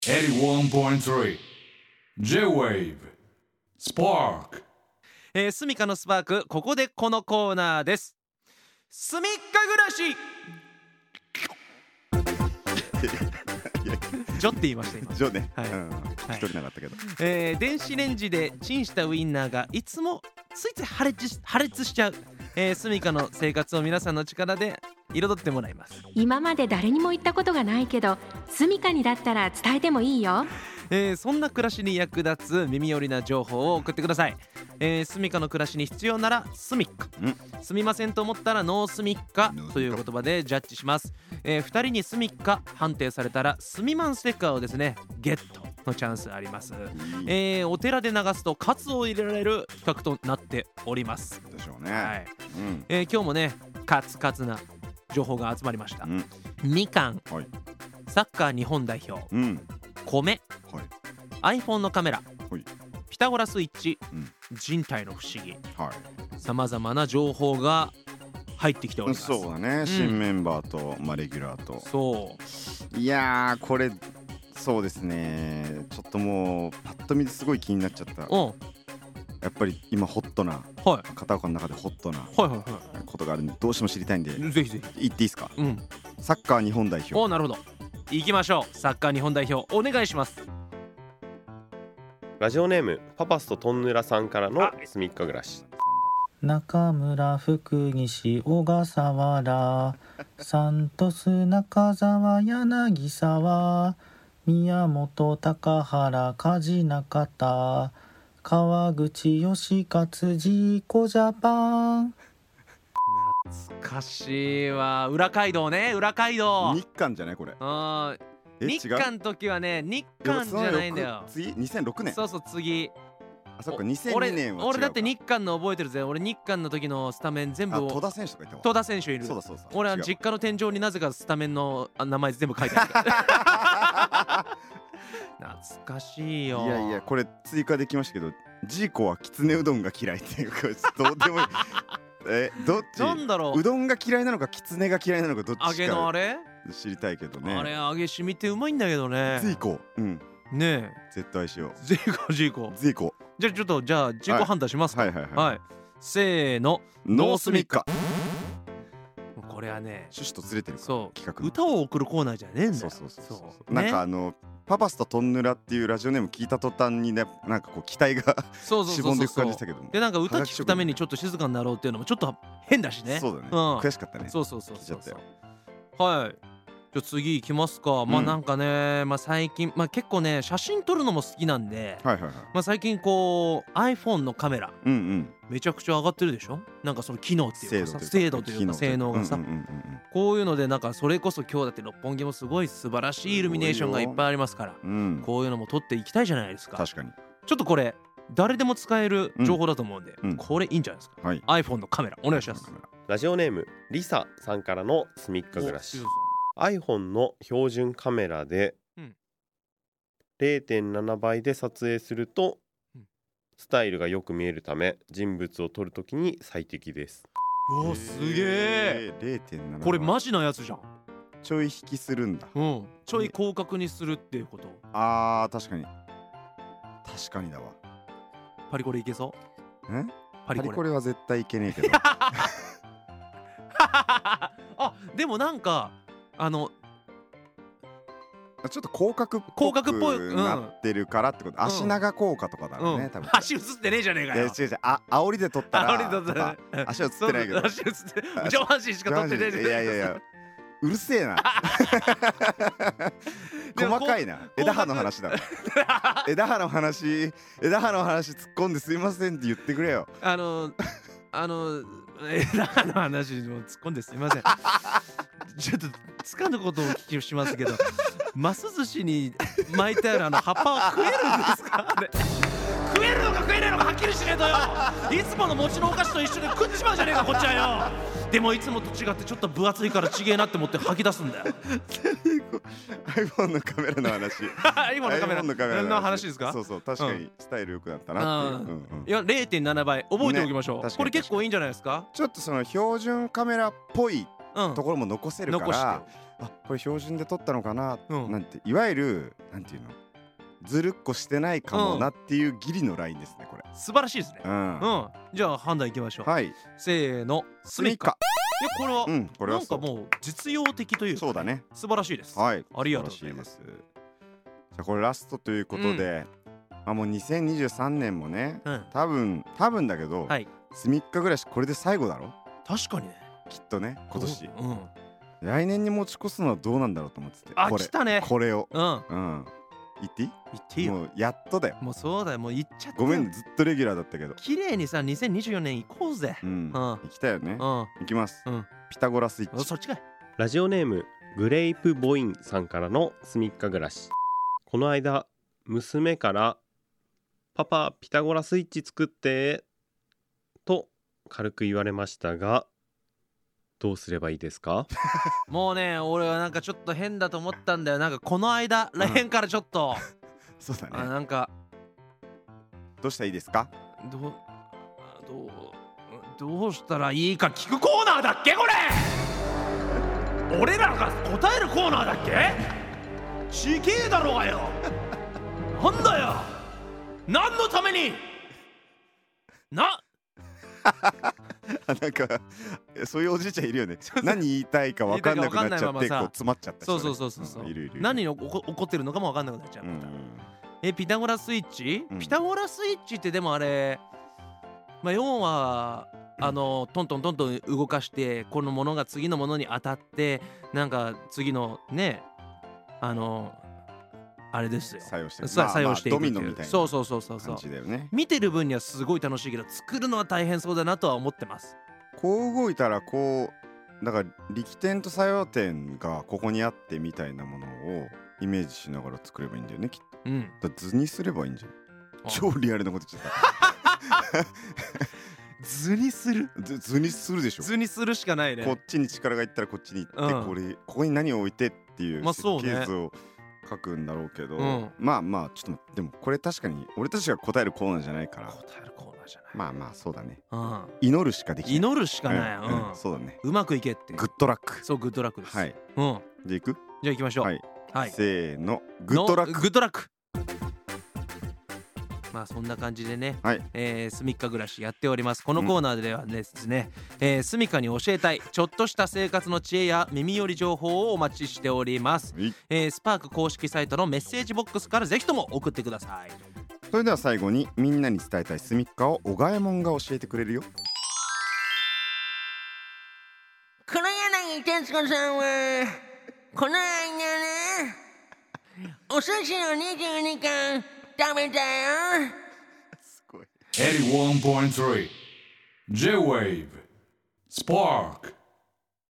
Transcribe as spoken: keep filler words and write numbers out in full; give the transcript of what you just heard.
エイティワンポイントスリー J-Wave Spark。 えー、スミカのスパーク、ここでこのコーナーです。スミッカ暮らしジョって言いました今。 ジョね、 はい、 うん、聞き取れなかったけど、 えー、電子レンジでチンしたウインナーがいつもついつい破裂し、破裂しちゃう、えー、スミカの生活を皆さんの力で彩ってもらいます。 今まで誰にも言ったことがないけど、スミカにだったら伝えてもいいよ。 えー、そんな暮らしに役立つ耳寄りな情報を送ってください。えー、スミカの暮らしに必要ならスミッカ、すみませんと思ったらノースミッカという言葉でジャッジします。えー、ふたりにスミッカ判定されたらスミマンステッカーをですねゲットのチャンスあります。えー、お寺で流すとカツを入れられる企画となっております。 でしょうね、 はい、 うん、 えー、今日もねカツカツな情報が集まりました。うん、みかん、はい、サッカー日本代表、うん、米、はい、iPhone のカメラ、はい、ピタゴラスイッチ、うん、人体の不思議、さまざまな情報が入ってきております。 そうだね、うん、新メンバーと、まあ、レギュラーと。 そういやーこれそうですね、ちょっともうパッと見ですごい気になっちゃった。うんやっぱり今ホットな、はい、片岡の中でホットなことがあるんでどうしても知りたいんで、 ぜひぜひ言っていいですか、うん、サッカー日本代表。 おなるほど、行きましょう。サッカー日本代表お願いします。 ラジオネームパパスとトンヌラさんからのスミッカ暮らし。 中村、福西、小笠原、サントス、中澤、柳沢、宮本、高原、梶中田、川口、吉勝、ジーコジャパン。 懐かしいわ。裏街道ね、裏街道。 日韓じゃないこれ。 あ日韓の時はね、日韓じゃないんだよ。 次にせんろくねん。 そうそう次。 あそっかにせんにねんは違うか。 俺だって日韓の覚えてるぜ。俺日韓の時のスタメン全部。 あ戸田選手とか言ったわ。 戸田選手いる。 そうだそうだ。 俺は実家の天井になぜかスタメンの名前全部書いてある。懐かしいよ。 いやいやこれ追加できましたけど、ジーコはきつねうどんが嫌いっていうかどうでもいい。えどっちなんだろう。 うどんが嫌いなのかきつねが嫌いなのかどっちか揚げのあれ知りたいけどね。 あれ揚げ染みってうまいんだけどね。 ジーコうんねえ絶対しよう。 ジーコジーコジーコじゃあちょっとじゃあジーコ判断しますか。 はいはいはい、 はい、せーのノースミッカ。 これはね趣旨とずれてるから。 そう企画歌を送るコーナーじゃねえんだよ。 そうそうそうそう、ね、なんかあのパパスとトンヌラっていうラジオネーム聞いた途端にね、なんかこう期待がしぼんでいく感じしたけども、 でなんか歌聞くためにちょっと静かになろうっていうのもちょっと変だしね。 そうだね、うん、悔しかったね。そうそうそうそうそう。 はい、じゃあ次行きますか。まあなんかね、まあ最近まあ結構ね写真撮るのも好きなんで、はいはいはい、まあ最近こう iPhone のカメラ、うんうん、めちゃくちゃ上がってるでしょ。なんかその機能っていうかさ、精度というか性能がさ、こういうのでなんかそれこそ今日だって六本木もすごい素晴らしいイルミネーションがいっぱいありますから、うん、こういうのも撮っていきたいじゃないですか。 確かに。 ちょっとこれ誰でも使える情報だと思うんで、うん、これいいんじゃないですか、はい、iPhone のカメラお願いします。 ラジオネームリサさんからのスミッカ暮らし。iPhone の標準カメラで れいてんなな 倍で撮影するとスタイルがよく見えるため人物を撮るときに最適です。 うわすげえ、 れいてんななこれマジなやつじゃん。 ちょい引きするんだ、 うん、ちょい広角にするっていうこと。 あー確かに確かにだわ。 パリコレいけそう。 えパリコレ、パリコレは絶対いけねえけどあでもなんかあのちょっと広角っぽくなってるからってこと、うん、足長効果とかだろうね、うん、多分。 足映ってねえじゃねえかよ。 いや違う違う、あ煽りで撮ったら足映ってないけど足映って上半身しか撮ってねえじゃねえか。 いやいやいやうるせえな細かいな。枝葉の話だ枝葉の話枝葉の話突っ込んですいませんって言ってくれよ。 あのあの枝葉の話も突っ込んですいませんちょっとつかぬことをお聞きしますけどます寿司に巻いてあるあの葉っぱは食えるんですかあれ。食えるのか食えないのかはっきりしねえとよ。いつもの餅のお菓子と一緒で食っちまうじゃねえかこっちはよ。でもいつもと違ってちょっと分厚いからちげえなって思って吐き出すんだよ iPhone のカメラの話 iPhone のカメラのカメラの話ですか。 そうそう確かにスタイル良くなったなっていう、うんうん、 いや れいてんなな 倍覚えておきましょう、ね、これ結構いいんじゃないですか。 ちょっとその標準カメラっぽいところも残せるから、あ、これ標準で撮ったのかな、なんて、いわゆるなんていうの、ずるっこしてないかもなっていうギリのラインですね、これ。 素晴らしいですね。 うん、 うん、じゃあ判断いきましょう。 はい、 せーの、スミカ。いや、これは、うん、これはなんかもう実用的というか、 そうだね、 素晴らしいです。 はい、 ありがとうございます。 じゃあこれラストということで、うん、あ、もうにせんにじゅうさんねんもね、うん、多分多分だけど、はい、スミッカ暮らしこれで最後だろ。 確かにね、 きっとね、今年、 うん、 来年に持ち越すのはどうなんだろうと思ってて。 あ、 これ来たね、 これを、 うん、 うん、言っていい？ 言っていいよ。 もうやっとだよ。 もうそうだよ、もう言っちゃった。 ごめん、ずっとレギュラーだったけど。 綺麗にさ、にせんにじゅうよねん行こうぜ。 うん、行きたいよね。行きます。 うん、 ピタゴラスイッチ。 そっちかい。 ラジオネームグレイプボインさんからのスミッカ暮らし。この間娘からパパピタゴラスイッチ作ってと軽く言われましたが、どうすればいいですか？ もうね、俺はなんかちょっと変だと思ったんだよ。なんかこの間らへんからちょっと、 うん、そうだね。 あ、なんかどうしたらいいですか？ どうどうどうしたらいいか聞くコーナーだっけこれ？俺らが答えるコーナーだっけ？ちげえだろうがよ。なんだよ、何のためにななんかそういうおじいちゃんいるよね。何言いたいか分かんなくなっちゃって、こう詰まっちゃった人ね。 そうそうそうそう、 いるいる。 何に起こってるのかも分かんなくなっちゃう。え、ピタゴラスイッチ、ピタゴラスイッチってでもあれ、まあ要はあのトントントントン動かして、このものが次のものに当たって、なんか次のね、あのあれですよ、 作用してる、 作用していくっていう、 ドミノみたいなそうそうそうそうそう、 感じだよね。 見てる分にはすごい楽しいけど、作るのは大変そうだなとは思ってます。 こう動いたらこう、だから力点と作用点がここにあってみたいなものをイメージしながら作ればいいんだよね、きっと。うん、だ図にすればいいんじゃん。超リアルなこと言っちゃった。 図にする？ 図図にするでしょ。 図にするしかないね。 こっちに力がいったらこっちに行って、うん、これここに何を置いてっていう設計図を書くんだろうけど、うん、まあまあちょっと待って、でもこれ確かに俺たちが答えるコーナーじゃないから。 答えるコーナーじゃない。 まあまあそうだね、 うん、 祈るしかできない。 祈るしかない、 うんうんうん、そうだね。 うまくいけってグッドラック。 そう、グッドラックです。 はい、 うん、 じゃあ行く？ じゃあ行きましょう。はい、 はい、せーの、グッドラック。 グッドラック。まあそんな感じでね、 はい、 えー、スミッカ暮らしやっております。このコーナーではですね、うん、えー、スミカに教えたいちょっとした生活の知恵や耳寄り情報をお待ちしております。えー、スパーク公式サイトのメッセージボックスからぜひとも送ってください。 それでは最後にみんなに伝えたいスミッカを小川右衛門が教えてくれるよ。 黒柳徹子さんはこの間ね、お寿司をにじゅうにかん食べたよ。 すごい。 はちじゅういってんさん J-Wave Spark